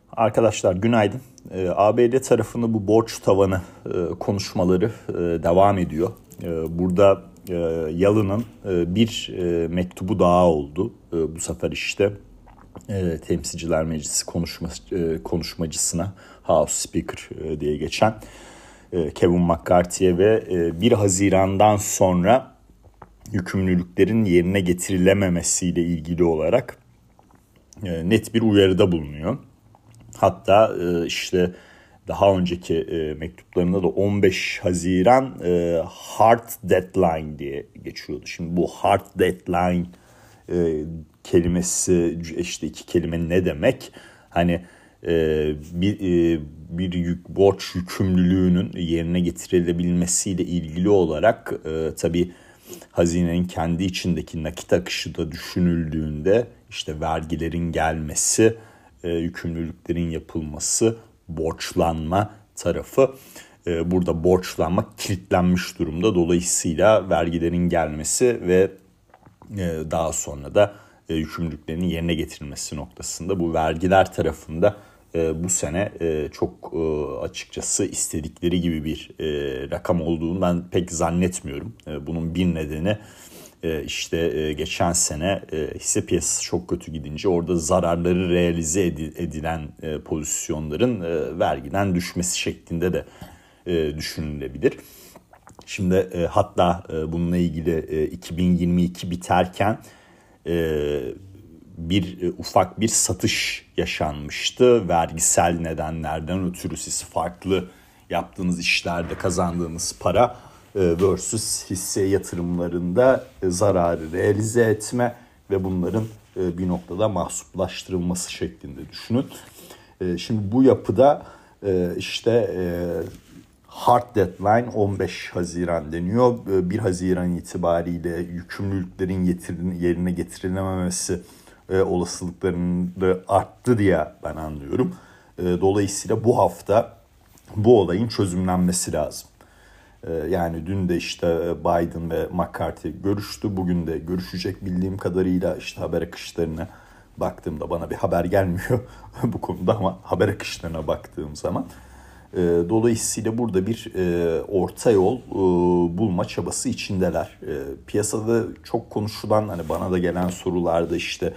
Arkadaşlar günaydın. ABD tarafında bu borç tavanı konuşmaları devam ediyor. Burada Yalın'ın bir mektubu daha oldu. Bu sefer işte Temsilciler Meclisi konuşmacısına House Speaker diye geçen Kevin McCarthy'ye ve 1 Haziran'dan sonra yükümlülüklerin yerine getirilememesiyle ilgili olarak net bir uyarıda bulunuyor. Hatta işte daha önceki mektuplarında da 15 Haziran hard deadline diye geçiyordu. Şimdi bu hard deadline kelimesi, işte iki kelime ne demek? Hani bir borç yükümlülüğünün yerine getirilebilmesiyle ilgili olarak tabii hazinenin kendi içindeki nakit akışı da düşünüldüğünde işte vergilerin gelmesi, yükümlülüklerin yapılması, borçlanma tarafı. Burada borçlanma kilitlenmiş durumda. Dolayısıyla vergilerin gelmesi ve daha sonra da yükümlülüklerin yerine getirilmesi noktasında bu vergiler tarafında bu sene çok açıkçası istedikleri gibi bir rakam olduğunu ben pek zannetmiyorum. Bunun bir nedeni işte geçen sene hisse piyasası çok kötü gidince orada zararları realize edilen pozisyonların vergiden düşmesi şeklinde de düşünülebilir. Şimdi hatta bununla ilgili 2022 biterken ufak bir satış yaşanmıştı. Vergisel nedenlerden ötürü siz farklı yaptığınız işlerde kazandığınız para versus hisse yatırımlarında zararı realize etme ve bunların bir noktada mahsuplaştırılması şeklinde düşünün. Şimdi bu yapıda işte hard deadline 15 Haziran deniyor. 1 Haziran itibariyle yükümlülüklerin yerine getirilememesi olasılıklarının da arttı diye ben anlıyorum. Dolayısıyla bu hafta bu olayın çözümlenmesi lazım. Yani dün de işte Biden ve McCarthy görüştü. Bugün de görüşecek bildiğim kadarıyla işte haber akışlarına baktığımda bana bir haber gelmiyor bu konuda ama haber akışlarına baktığım zaman. Dolayısıyla burada bir orta yol bulma çabası içindeler. Piyasada çok konuşulan hani bana da gelen sorularda işte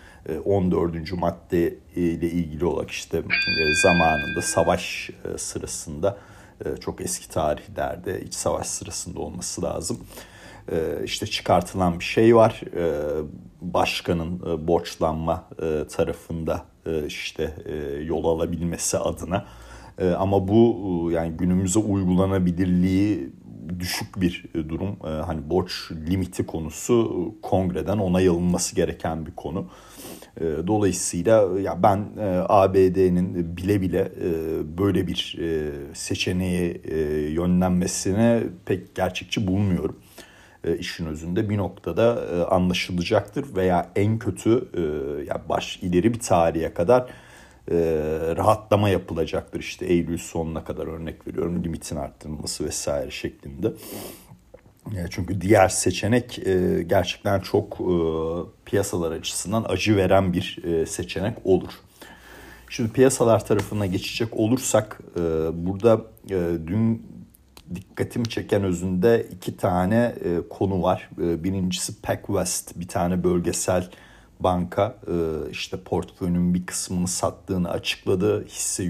14. madde ile ilgili olarak işte zamanında savaş sırasında çok eski tarihlerde iç savaş sırasında olması lazım. İşte çıkartılan bir şey var. Başkanın borçlanma tarafında işte yol alabilmesi adına. Ama bu yani günümüze uygulanabilirliği düşük bir durum. Hani borç limiti konusu kongreden onay alınması gereken bir konu. Dolayısıyla ya ben ABD'nin bile bile böyle bir seçeneğe yönlenmesine pek gerçekçi bulmuyorum. İşin özünde bir noktada anlaşılacaktır veya en kötü ya ileri bir tarihe kadar rahatlama yapılacaktır. İşte Eylül sonuna kadar örnek veriyorum limitin arttırılması vesaire şeklinde. Çünkü diğer seçenek gerçekten çok piyasalar açısından acı veren bir seçenek olur. Şimdi piyasalar tarafına geçecek olursak burada dün dikkatimi çeken özünde 2 tane konu var. Birincisi PacWest, bir tane bölgesel banka işte portföyünün bir kısmını sattığını açıkladı. Hisse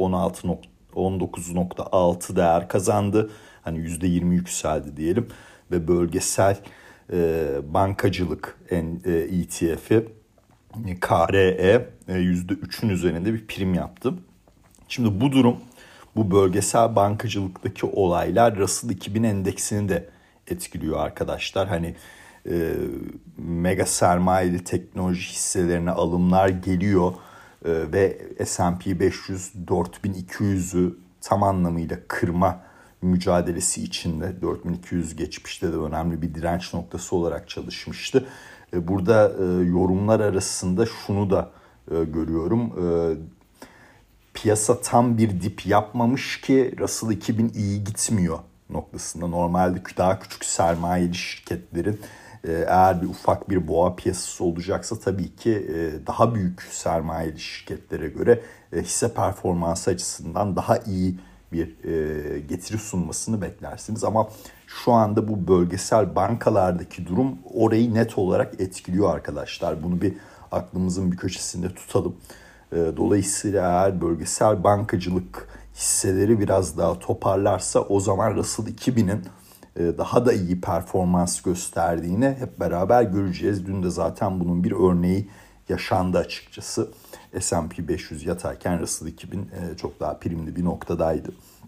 %19.6 değer kazandı. Hani %20 yükseldi diyelim. Ve bölgesel bankacılık ETF'i KRE %3'ün üzerinde bir prim yaptı. Şimdi bu durum, bu bölgesel bankacılıktaki olaylar Russell 2000 endeksini de etkiliyor arkadaşlar. Hani mega sermayeli teknoloji hisselerine alımlar geliyor ve S&P 500 4200'ü tam anlamıyla kırma mücadelesi içinde. 4200 geçmişte de önemli bir direnç noktası olarak çalışmıştı. Burada yorumlar arasında şunu da görüyorum. Piyasa tam bir dip yapmamış ki Russell 2000 iyi gitmiyor noktasında. Normalde daha küçük sermayeli şirketlerin Eğer ufak bir boğa piyasası olacaksa tabii ki daha büyük sermayeli şirketlere göre hisse performansı açısından daha iyi bir getiri sunmasını beklersiniz. Ama şu anda bu bölgesel bankalardaki durum orayı net olarak etkiliyor arkadaşlar. Bunu bir aklımızın bir köşesinde tutalım. Dolayısıyla eğer bölgesel bankacılık hisseleri biraz daha toparlarsa o zaman Russell 2000'in daha da iyi performans gösterdiğini hep beraber göreceğiz. Dün de zaten bunun bir örneği yaşandı açıkçası. S&P 500 yatarken Russell 2000 çok daha primli bir noktadaydı.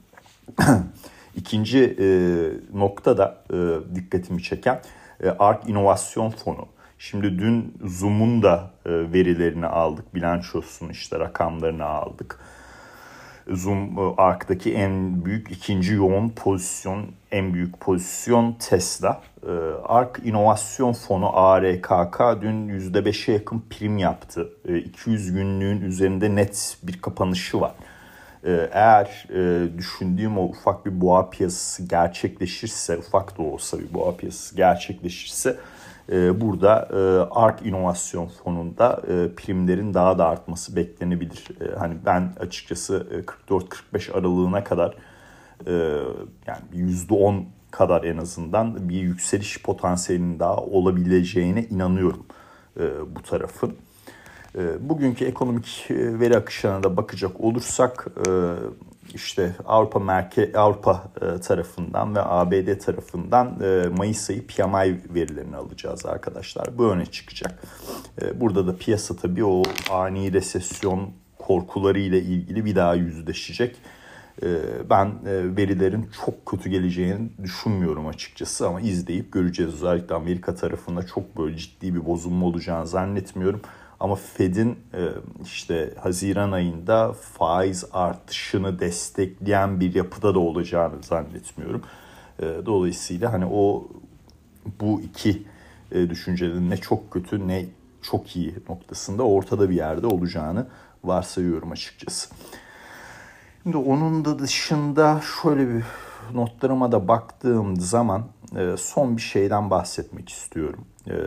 İkinci nokta da dikkatimi çeken ARK İnovasyon Fonu. Şimdi dün Zoom'un da verilerini aldık, bilançosunun işte rakamlarını aldık. Zoom ARK'taki en büyük ikinci yoğun pozisyon, en büyük pozisyon Tesla. ARK İnovasyon Fonu ARKK dün %5'e yakın prim yaptı. 200 günlüğün üzerinde net bir kapanışı var. Eğer düşündüğüm o ufak bir boğa piyasası gerçekleşirse, ufak da olsa bir boğa piyasası gerçekleşirse burada ARK İnovasyon Fonu'nda primlerin daha da artması beklenebilir. Hani ben açıkçası 44-45 aralığına kadar yani %10 kadar en azından bir yükseliş potansiyelinin daha olabileceğine inanıyorum bu tarafın. Bugünkü ekonomik veri akışına da bakacak olursak işte Avrupa tarafından ve ABD tarafından Mayıs ayı PMI verilerini alacağız arkadaşlar. Bu öne çıkacak. Burada da piyasa tabii o ani resesyon korkuları ile ilgili bir daha yüzleşecek. Ben verilerin çok kötü geleceğini düşünmüyorum açıkçası ama izleyip göreceğiz. Özellikle Amerika tarafında çok böyle ciddi bir bozulma olacağını zannetmiyorum. Ama Fed'in işte Haziran ayında faiz artışını destekleyen bir yapıda da olacağını zannetmiyorum. Dolayısıyla hani bu iki düşüncenin ne çok kötü ne çok iyi noktasında ortada bir yerde olacağını varsayıyorum açıkçası. Şimdi onun da dışında şöyle bir notlarıma da baktığım zaman son bir şeyden bahsetmek istiyorum.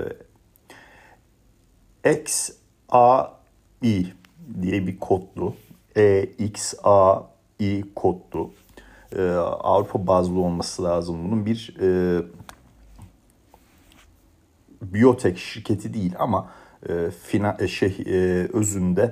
XAI diye bir kodlu, XAI kodlu, Avrupa bazlı olması lazım bunun bir biyotek şirketi değil ama özünde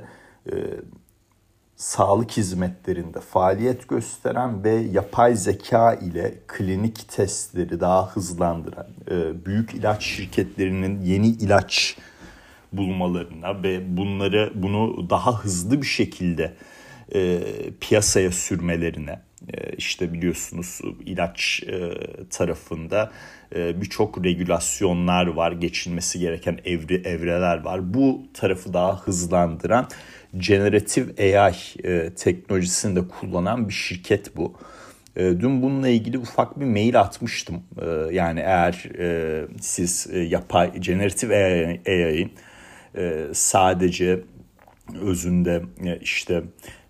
sağlık hizmetlerinde faaliyet gösteren ve yapay zeka ile klinik testleri daha hızlandıran, büyük ilaç şirketlerinin yeni ilaç bulmalarına ve bunu daha hızlı bir şekilde piyasaya sürmelerine, işte biliyorsunuz ilaç tarafında birçok regülasyonlar var, geçilmesi gereken evreler var. Bu tarafı daha hızlandıran generative AI teknolojisini de kullanan bir şirket bu. Dün bununla ilgili ufak bir mail atmıştım. Yani eğer siz generative AI'nin sadece özünde işte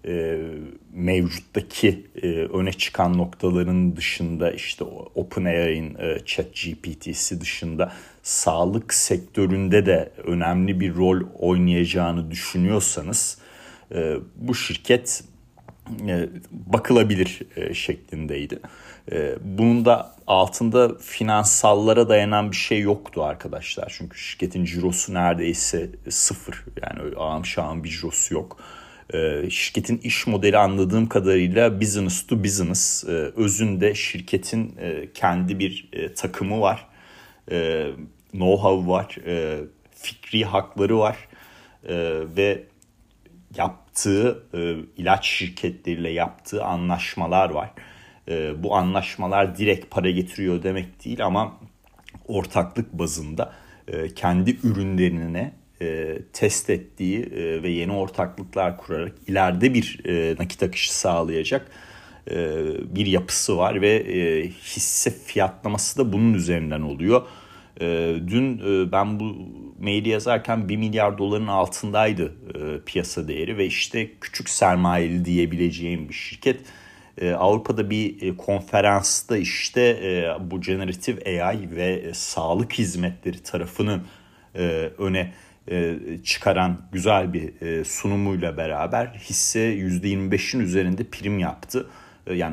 mevcuttaki öne çıkan noktaların dışında işte OpenAI'nin ChatGPT'si dışında sağlık sektöründe de önemli bir rol oynayacağını düşünüyorsanız bu şirket bakılabilir şeklindeydi. Bunun da altında finansallara dayanan bir şey yoktu arkadaşlar. Çünkü şirketin cirosu neredeyse sıfır. Yani öyle ağam şahım bir cirosu yok. Şirketin iş modeli anladığım kadarıyla business to business. Özünde şirketin kendi bir takımı var. Know-how var. Fikri hakları var. Ve yaptığı ilaç şirketleriyle yaptığı anlaşmalar var. Bu anlaşmalar direkt para getiriyor demek değil ama ortaklık bazında kendi ürünlerine test ettiği ve yeni ortaklıklar kurarak ileride bir nakit akışı sağlayacak bir yapısı var ve hisse fiyatlaması da bunun üzerinden oluyor. Dün ben bu maili yazarken 1 milyar doların altındaydı piyasa değeri ve işte küçük sermayeli diyebileceğim bir şirket. Avrupa'da bir konferansta işte bu generative AI ve sağlık hizmetleri tarafını öne çıkaran güzel bir sunumuyla beraber hisse %25'in üzerinde prim yaptı. Yani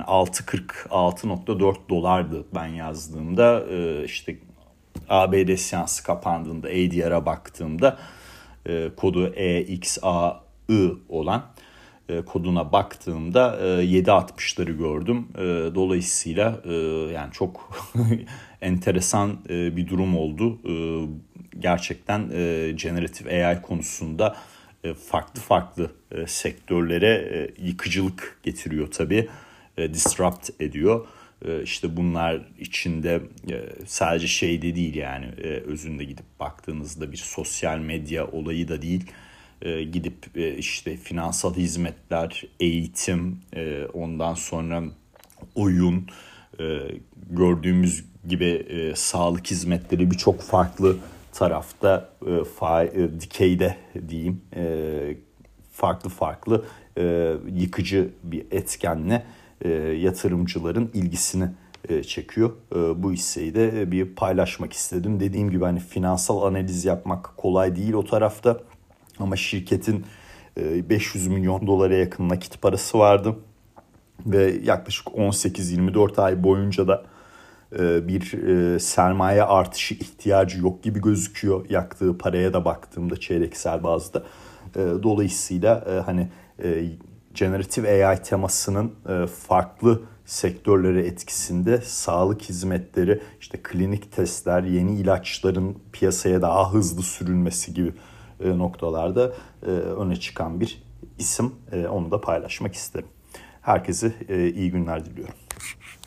6.46.4 dolardı ben yazdığımda. İşte ABD seansı kapandığında ADR'a baktığımda kodu EXAI olan koduna baktığımda 7.60'ları gördüm. Dolayısıyla yani çok enteresan bir durum oldu. Gerçekten generative AI konusunda farklı farklı sektörlere yıkıcılık getiriyor tabii. Disrupt ediyor. İşte bunlar içinde sadece şey de değil, yani özünde gidip baktığınızda bir sosyal medya olayı da değil. Gidip işte finansal hizmetler, eğitim, ondan sonra oyun, gördüğümüz gibi sağlık hizmetleri birçok farklı tarafta dikeyde diyeyim farklı farklı yıkıcı bir etkenle yatırımcıların ilgisini çekiyor. Bu hisseyi de bir paylaşmak istedim. Dediğim gibi hani finansal analiz yapmak kolay değil o tarafta. Ama şirketin 500 milyon dolara yakın nakit parası vardı. Ve yaklaşık 18-24 ay boyunca da bir sermaye artışı ihtiyacı yok gibi gözüküyor. Yaktığı paraya da baktığımda çeyreksel bazda. Dolayısıyla hani generative AI temasının farklı sektörlere etkisinde sağlık hizmetleri, işte klinik testler, yeni ilaçların piyasaya daha hızlı sürülmesi gibi noktalarda öne çıkan bir isim. Onu da paylaşmak isterim. Herkese iyi günler diliyorum.